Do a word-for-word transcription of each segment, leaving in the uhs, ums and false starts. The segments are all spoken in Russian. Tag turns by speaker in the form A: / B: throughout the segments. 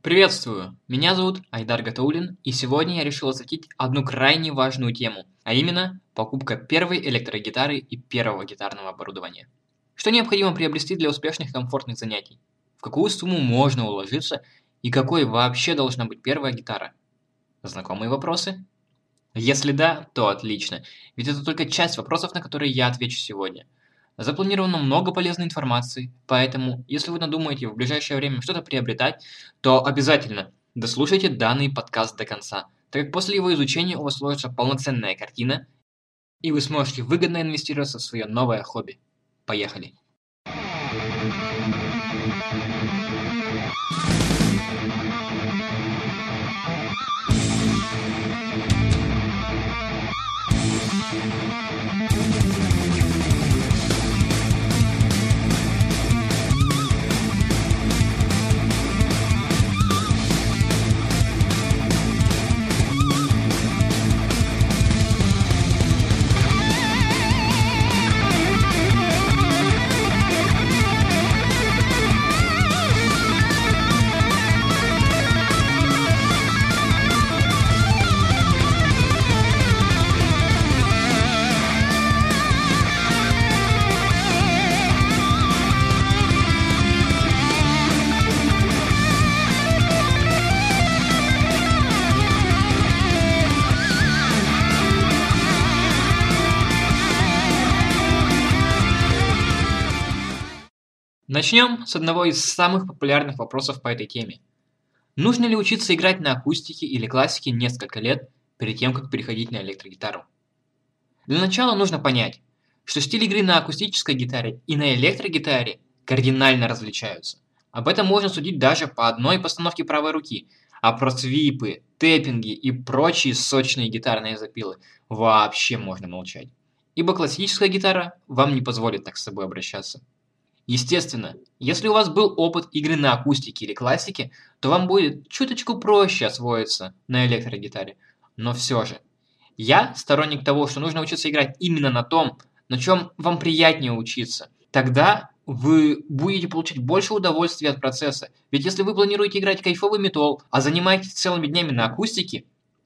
A: Приветствую! Меня зовут Айдар Гатауллин, и сегодня я решил осветить одну крайне важную тему, а именно покупка первой электрогитары и первого гитарного оборудования. Что необходимо приобрести для успешных и комфортных занятий? В какую сумму можно уложиться и какой вообще должна быть первая гитара? Знакомые вопросы? Если да, то отлично, ведь это только часть вопросов, на которые я отвечу сегодня. Запланировано много полезной информации, поэтому, если вы надумаете в ближайшее время что-то приобретать, то обязательно дослушайте данный подкаст до конца, так как после его изучения у вас сложится полноценная картина, и вы сможете выгодно инвестироваться в свое новое хобби. Поехали! Начнем с одного из самых популярных вопросов по этой теме. Нужно ли учиться играть на акустике или классике несколько лет перед тем, как переходить на электрогитару? Для начала нужно понять, что стиль игры на акустической гитаре и на электрогитаре кардинально различаются. Об этом можно судить даже по одной постановке правой руки, а про свипы, тэппинги и прочие сочные гитарные запилы вообще можно молчать, ибо классическая гитара вам не позволит так с собой обращаться. Естественно, если у вас был опыт игры на акустике или классике, то вам будет чуточку проще освоиться на электрогитаре. Но все же, я сторонник того, что нужно учиться играть именно на том, на чем вам приятнее учиться. Тогда вы будете получать больше удовольствия от процесса. Ведь если вы планируете играть кайфовый метал, а занимаетесь целыми днями на акустике,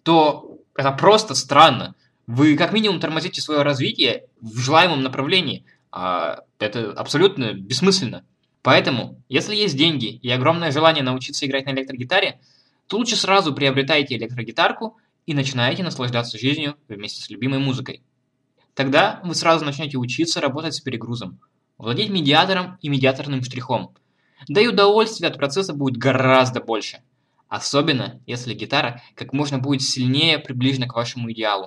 A: то это просто странно. Вы как минимум тормозите свое развитие в желаемом направлении. А это абсолютно бессмысленно. Поэтому, если есть деньги и огромное желание научиться играть на электрогитаре, то лучше сразу приобретайте электрогитарку и начинаете наслаждаться жизнью вместе с любимой музыкой. Тогда вы сразу начнете учиться работать с перегрузом, владеть медиатором и медиаторным штрихом. Да и удовольствие от процесса будет гораздо больше. Особенно, если гитара как можно будет сильнее приближена к вашему идеалу.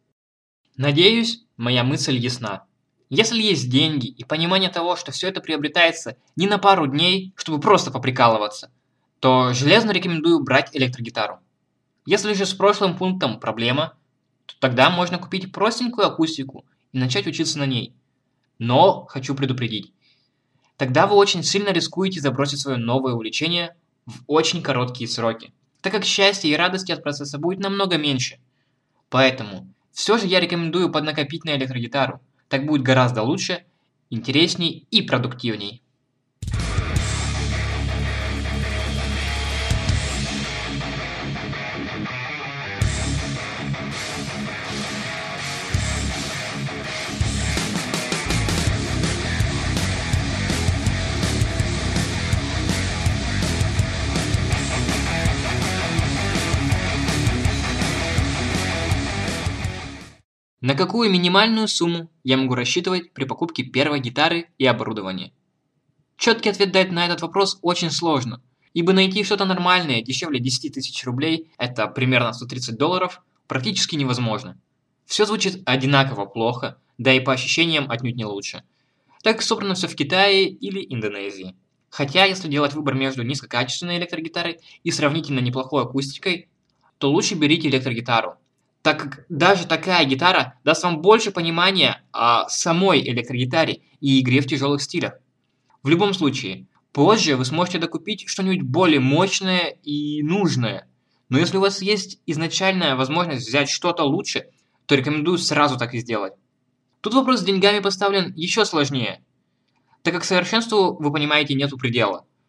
A: Надеюсь, моя мысль ясна. Если есть деньги и понимание того, что все это приобретается не на пару дней, чтобы просто поприкалываться, то железно рекомендую брать электрогитару. Если же с прошлым пунктом проблема, то тогда можно купить простенькую акустику и начать учиться на ней. Но хочу предупредить, тогда вы очень сильно рискуете забросить свое новое увлечение в очень короткие сроки, так как счастья и радости от процесса будет намного меньше. Поэтому все же я рекомендую поднакопить на электрогитару. Так будет гораздо лучше, интересней и продуктивней. На какую минимальную сумму я могу рассчитывать при покупке первой гитары и оборудования? Четкий ответ дать на этот вопрос очень сложно, ибо найти что-то нормальное дешевле десять тысяч рублей, это примерно сто тридцать долларов, практически невозможно. Все звучит одинаково плохо, да и по ощущениям отнюдь не лучше. Так собрано все в Китае или Индонезии. Хотя, если делать выбор между низкокачественной электрогитарой и сравнительно неплохой акустикой, то лучше берите электрогитару, так как даже такая гитара даст вам больше понимания о самой электрогитаре и игре в тяжелых стилях. В любом случае, позже вы сможете докупить что-нибудь более мощное и нужное. Но если у вас есть изначальная возможность взять что-то лучше, то рекомендую сразу так и сделать. Тут вопрос с деньгами поставлен еще сложнее, так как совершенству, вы понимаете, нету предела.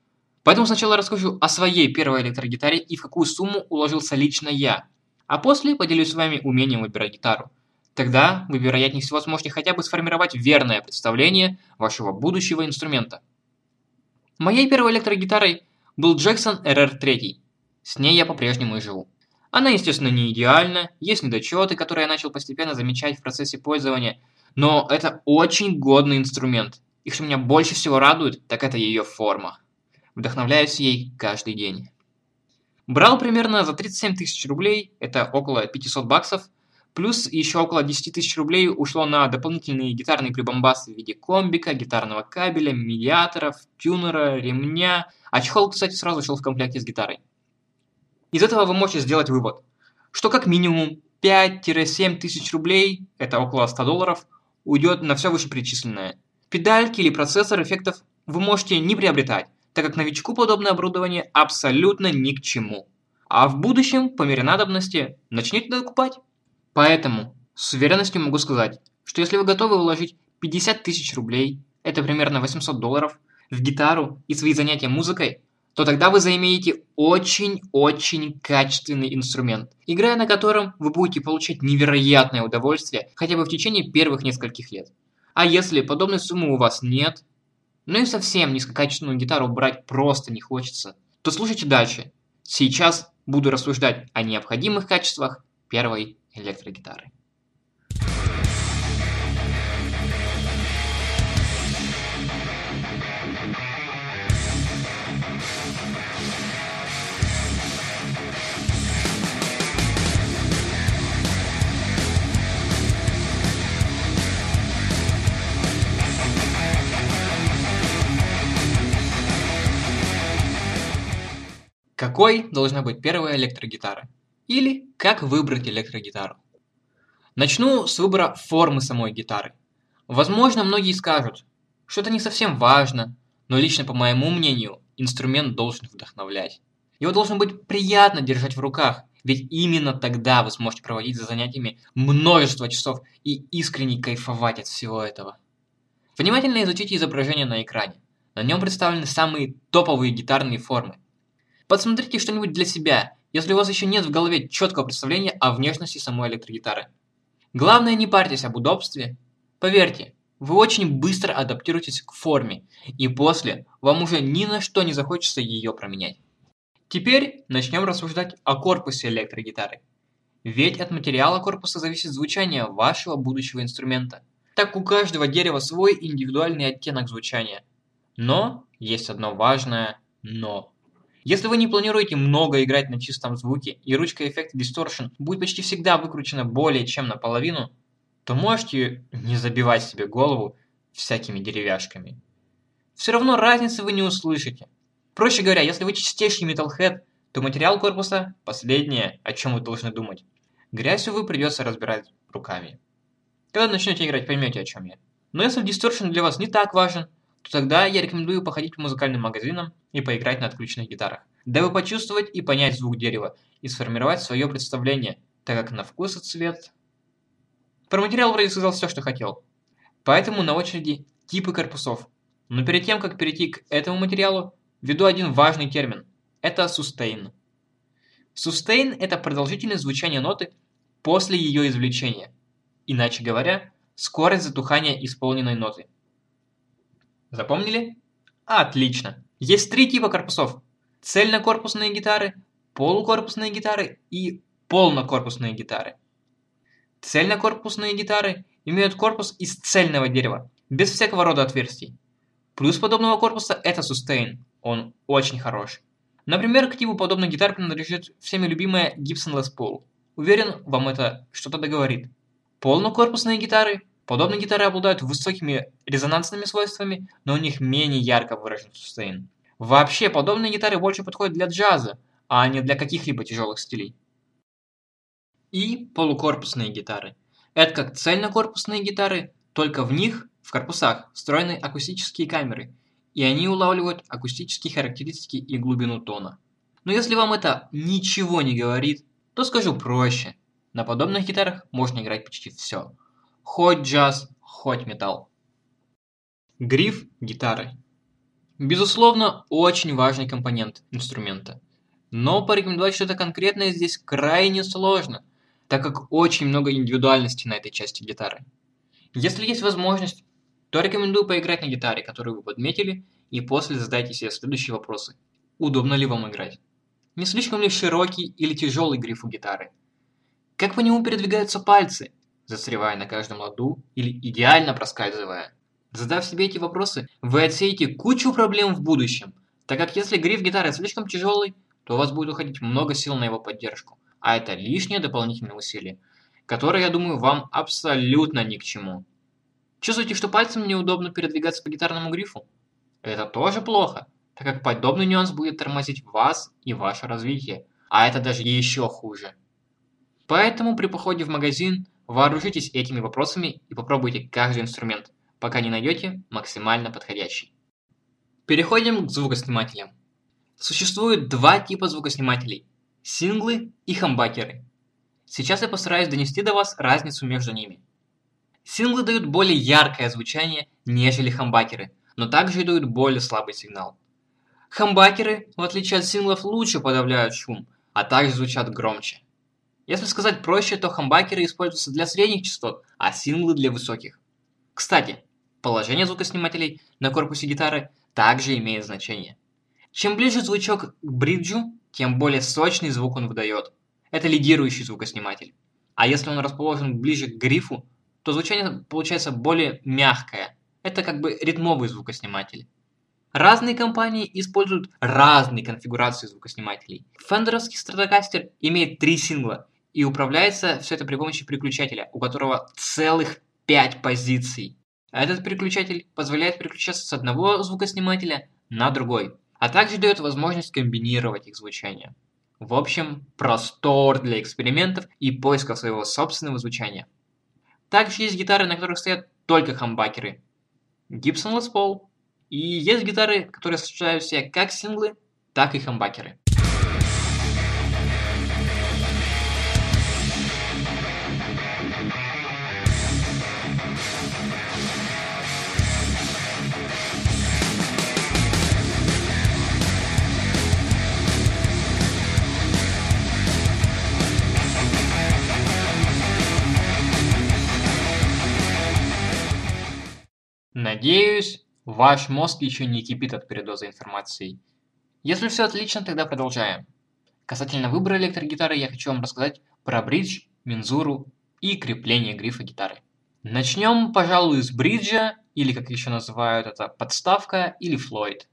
A: Поэтому сначала расскажу о своей первой электрогитаре и в какую сумму уложился лично я, а после поделюсь с вами умением выбирать гитару. Тогда вы, вероятнее всего, сможете хотя бы сформировать верное представление вашего будущего инструмента. Моей первой электрогитарой был Jackson эр эр три. С ней я по-прежнему и живу. Она, естественно, не идеальна, есть недочеты, которые я начал постепенно замечать в процессе пользования, но это очень годный инструмент. И что меня больше всего радует, так это ее форма. Вдохновляюсь ей каждый день. Брал примерно за тридцать семь тысяч рублей, это около пятьсот баксов, плюс еще около десять тысяч рублей ушло на дополнительные гитарные прибамбасы в виде комбика, гитарного кабеля, медиаторов, тюнера, ремня, а чехол, кстати, сразу шел в комплекте с гитарой. Из этого вы можете сделать вывод, что как минимум пять-семь тысяч рублей, это около ста долларов, уйдет на все вышеперечисленное. Педальки или процессор эффектов вы можете не приобретать, так как новичку подобное оборудование абсолютно ни к чему. А в будущем, по мере надобности, начнете докупать. Поэтому с уверенностью могу сказать, что если вы готовы вложить пятьдесят тысяч рублей, это примерно восемьсот долларов, в гитару и свои занятия музыкой, то тогда вы заимеете очень-очень качественный инструмент, играя на котором вы будете получать невероятное удовольствие хотя бы в течение первых нескольких лет. А если подобной суммы у вас нет, ну и совсем низкокачественную гитару брать просто не хочется, то слушайте дальше. Сейчас буду рассуждать о необходимых качествах первой электрогитары. Какой должна быть первая электрогитара? Или как выбрать электрогитару? Начну с выбора формы самой гитары. Возможно, многие скажут, что это не совсем важно, но лично по моему мнению, инструмент должен вдохновлять. Его должно быть приятно держать в руках, ведь именно тогда вы сможете проводить за занятиями множество часов и искренне кайфовать от всего этого. Внимательно изучите изображение на экране. На нем представлены самые топовые гитарные формы. Подсмотрите что-нибудь для себя, если у вас еще нет в голове четкого представления о внешности самой электрогитары. Главное, не парьтесь об удобстве. Поверьте, вы очень быстро адаптируетесь к форме, и после вам уже ни на что не захочется ее променять. Теперь начнем рассуждать о корпусе электрогитары. Ведь от материала корпуса зависит звучание вашего будущего инструмента. Так у каждого дерева свой индивидуальный оттенок звучания. Но есть одно важное «но». Если вы не планируете много играть на чистом звуке и ручка эффекта Distortion будет почти всегда выкручена более чем наполовину, то можете не забивать себе голову всякими деревяшками. Все равно разницы вы не услышите. Проще говоря, если вы чистейший металлхед, то материал корпуса – последнее, о чем вы должны думать. Грязь, увы, придется разбирать руками. Когда начнете играть, поймете, о чем я. Но если Distortion для вас не так важен, то тогда я рекомендую походить по музыкальным магазинам и поиграть на отключенных гитарах, дабы почувствовать и понять звук дерева и сформировать свое представление, так как на вкус и цвет. Про материал вроде сказал все, что хотел. Поэтому на очереди типы корпусов. Но перед тем, как перейти к этому материалу, введу один важный термин. Это sustain. Sustain – это продолжительность звучания ноты после ее извлечения. Иначе говоря, скорость затухания исполненной ноты. Запомнили? Отлично! Есть три типа корпусов. Цельнокорпусные гитары, полукорпусные гитары и полнокорпусные гитары. Цельнокорпусные гитары имеют корпус из цельного дерева, без всякого рода отверстий. Плюс подобного корпуса – это sustain, он очень хорош. Например, к типу подобных гитар принадлежит всеми любимая Gibson Les Paul. Уверен, вам это что-то договорит. Полнокорпусные гитары. Подобные гитары обладают высокими резонансными свойствами, но у них менее ярко выражен сустейн. Вообще, подобные гитары больше подходят для джаза, а не для каких-либо тяжелых стилей. И полукорпусные гитары. Это как цельнокорпусные гитары, только в них, в корпусах, встроены акустические камеры, и они улавливают акустические характеристики и глубину тона. Но если вам это ничего не говорит, то скажу проще. На подобных гитарах можно играть почти все. Хоть джаз, хоть металл. Гриф гитары. Безусловно, очень важный компонент инструмента. Но порекомендовать что-то конкретное здесь крайне сложно, так как очень много индивидуальности на этой части гитары. Если есть возможность, то рекомендую поиграть на гитаре, которую вы подметили, и после задайте себе следующие вопросы. Удобно ли вам играть? Не слишком ли широкий или тяжелый гриф у гитары? Как по нему передвигаются пальцы, застревая на каждом ладу или идеально проскальзывая? Задав себе эти вопросы, вы отсеете кучу проблем в будущем, так как если гриф гитары слишком тяжелый, то у вас будет уходить много сил на его поддержку, а это лишние дополнительные усилия, которые, я думаю, вам абсолютно ни к чему. Чувствуете, что пальцем неудобно передвигаться по гитарному грифу? Это тоже плохо, так как подобный нюанс будет тормозить вас и ваше развитие, а это даже еще хуже. Поэтому при походе в магазин вооружитесь этими вопросами и попробуйте каждый инструмент, пока не найдете максимально подходящий. Переходим к звукоснимателям. Существует два типа звукоснимателей – синглы и хамбакеры. Сейчас я постараюсь донести до вас разницу между ними. Синглы дают более яркое звучание, нежели хамбакеры, но также и дают более слабый сигнал. Хамбакеры, в отличие от синглов, лучше подавляют шум, а также звучат громче. Если сказать проще, то хамбакеры используются для средних частот, а синглы для высоких. Кстати, положение звукоснимателей на корпусе гитары также имеет значение. Чем ближе звучок к бриджу, тем более сочный звук он выдает. Это лидирующий звукосниматель. А если он расположен ближе к грифу, то звучание получается более мягкое. Это как бы ритмовый звукосниматель. Разные компании используют разные конфигурации звукоснимателей. Фендеровский Stratocaster имеет три сингла, и управляется все это при помощи переключателя, у которого целых пять позиций. Этот переключатель позволяет переключаться с одного звукоснимателя на другой, а также дает возможность комбинировать их звучание. В общем, простор для экспериментов и поиска своего собственного звучания. Также есть гитары, на которых стоят только хамбакеры. Gibson Les Paul. И есть гитары, которые сочетают в себе как синглы, так и хамбакеры. Надеюсь, ваш мозг еще не кипит от передоза информации. Если все отлично, тогда продолжаем. Касательно выбора электрогитары, я хочу вам рассказать про бридж, мензуру и крепление грифа гитары. Начнем, пожалуй, с бриджа, или как еще называют это, подставка или флойд.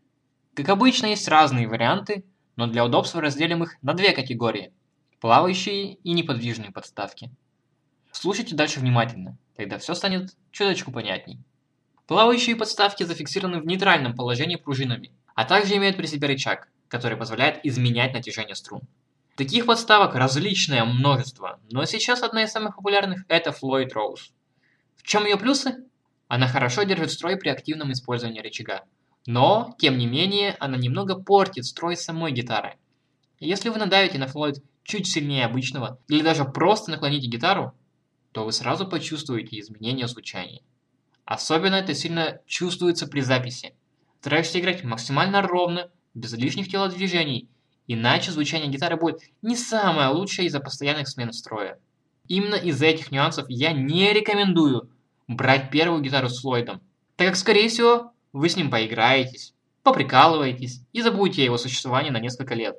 A: Как обычно, есть разные варианты, но для удобства разделим их на две категории – плавающие и неподвижные подставки. Слушайте дальше внимательно, тогда все станет чуточку понятней. Плавающие подставки зафиксированы в нейтральном положении пружинами, а также имеют при себе рычаг, который позволяет изменять натяжение струн. Таких подставок различное множество, но сейчас одна из самых популярных – это Floyd Rose. В чем ее плюсы? Она хорошо держит строй при активном использовании рычага, но, тем не менее, она немного портит строй самой гитары. Если вы надавите на Floyd чуть сильнее обычного или даже просто наклоните гитару, то вы сразу почувствуете изменение звучания. Особенно это сильно чувствуется при записи. Стараешься играть максимально ровно, без лишних телодвижений, иначе звучание гитары будет не самое лучшее из-за постоянных смен строя. Именно из-за этих нюансов я не рекомендую брать первую гитару с Флойдом, так как, скорее всего, вы с ним поиграетесь, поприкалываетесь и забудете о его существовании на несколько лет.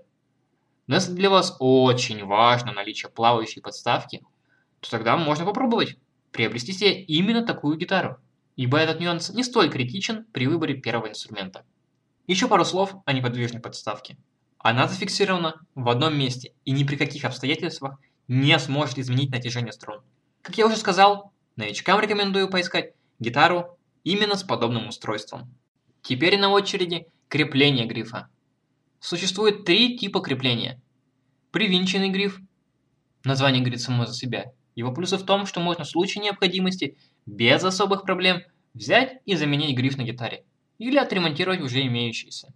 A: Но если для вас очень важно наличие плавающей подставки, то тогда можно попробовать приобрести себе именно такую гитару, ибо этот нюанс не столь критичен при выборе первого инструмента. Еще пару слов о неподвижной подставке. Она зафиксирована в одном месте и ни при каких обстоятельствах не сможет изменить натяжение струн. Как я уже сказал, новичкам рекомендую поискать гитару именно с подобным устройством. Теперь на очереди крепление грифа. Существует три типа крепления. Привинченный гриф. Название говорит само за себя. Его плюсы в том, что можно в случае необходимости, без особых проблем, взять и заменить гриф на гитаре. Или отремонтировать уже имеющийся.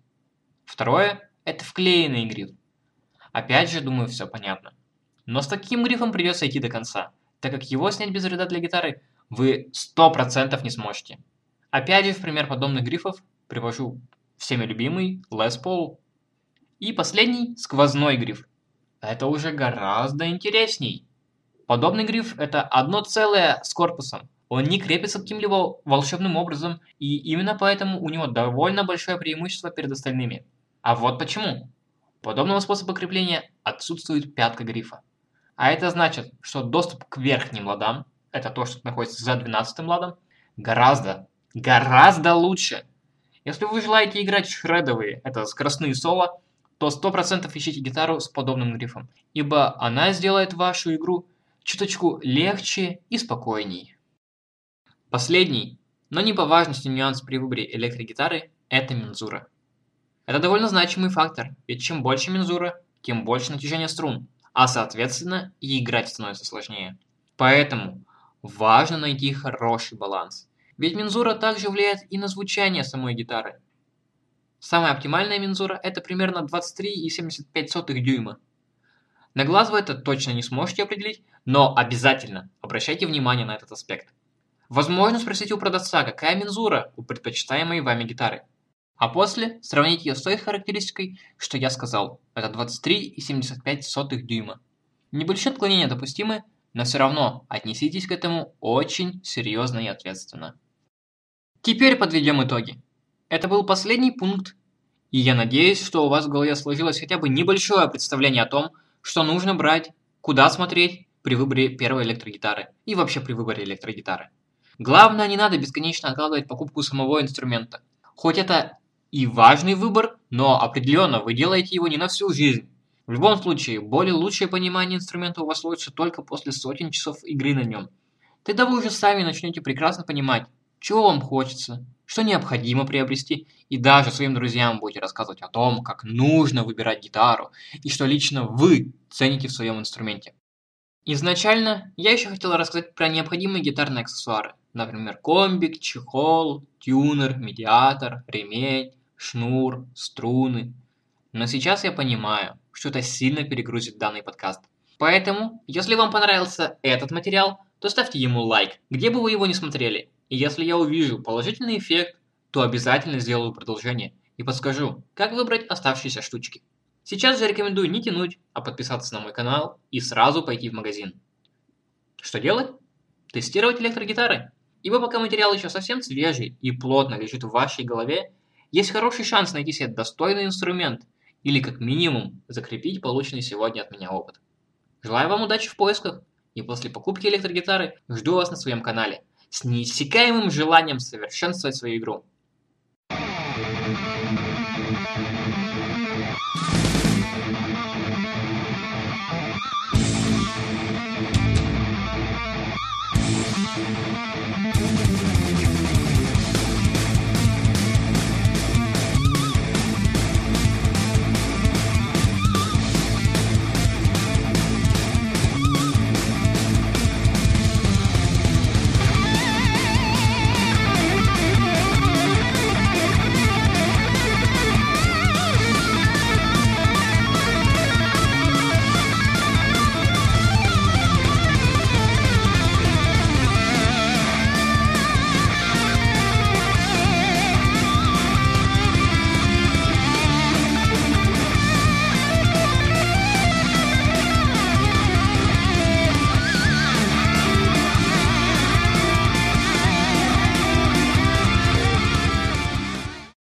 A: Второе – это вклеенный гриф. Опять же, думаю, все понятно. Но с таким грифом придется идти до конца, так как его снять без вреда для гитары вы сто процентов не сможете. Опять же, в пример подобных грифов привожу всеми любимый Les Paul. И последний – сквозной гриф. Это уже гораздо интересней. Подобный гриф – это одно целое с корпусом. Он не крепится каким-либо волшебным образом, и именно поэтому у него довольно большое преимущество перед остальными. А вот почему. У подобного способа крепления отсутствует пятка грифа. А это значит, что доступ к верхним ладам, это то, что находится за двенадцатым ладом, гораздо, гораздо лучше. Если вы желаете играть в шредовые, это скоростные соло, то сто процентов ищите гитару с подобным грифом, ибо она сделает вашу игру чуточку легче и спокойней. Последний, но не по важности нюанс при выборе электрогитары – это мензура. Это довольно значимый фактор, ведь чем больше мензура, тем больше натяжения струн, а соответственно и играть становится сложнее. Поэтому важно найти хороший баланс, ведь мензура также влияет и на звучание самой гитары. Самая оптимальная мензура – это примерно двадцать три и семьдесят пять сотых дюйма. На глаз вы это точно не сможете определить, но обязательно обращайте внимание на этот аспект. Возможно, спросите у продавца, какая мензура у предпочитаемой вами гитары. А после сравните ее с той характеристикой, что я сказал. Это двадцать три и семьдесят пять сотых дюйма. Небольшие отклонения допустимы, но все равно отнеситесь к этому очень серьезно и ответственно. Теперь подведем итоги. Это был последний пункт, и я надеюсь, что у вас в голове сложилось хотя бы небольшое представление о том, что нужно брать, куда смотреть при выборе первой электрогитары и вообще при выборе электрогитары. Главное, не надо бесконечно откладывать покупку самого инструмента. Хоть это и важный выбор, но определенно вы делаете его не на всю жизнь. В любом случае, более лучшее понимание инструмента у вас сложится только после сотен часов игры на нем. Тогда вы уже сами начнете прекрасно понимать, чего вам хочется, что необходимо приобрести, и даже своим друзьям будете рассказывать о том, как нужно выбирать гитару, и что лично вы цените в своем инструменте. Изначально я еще хотел рассказать про необходимые гитарные аксессуары, например, комбик, чехол, тюнер, медиатор, ремень, шнур, струны. Но сейчас я понимаю, что это сильно перегрузит данный подкаст. Поэтому, если вам понравился этот материал, то ставьте ему лайк, где бы вы его ни смотрели. И если я увижу положительный эффект, то обязательно сделаю продолжение и подскажу, как выбрать оставшиеся штучки. Сейчас же рекомендую не тянуть, а подписаться на мой канал и сразу пойти в магазин. Что делать? Тестировать электрогитары. Ибо пока материал еще совсем свежий и плотно лежит в вашей голове, есть хороший шанс найти себе достойный инструмент или как минимум закрепить полученный сегодня от меня опыт. Желаю вам удачи в поисках, и после покупки электрогитары жду вас на своем канале с неиссякаемым желанием совершенствовать свою игру.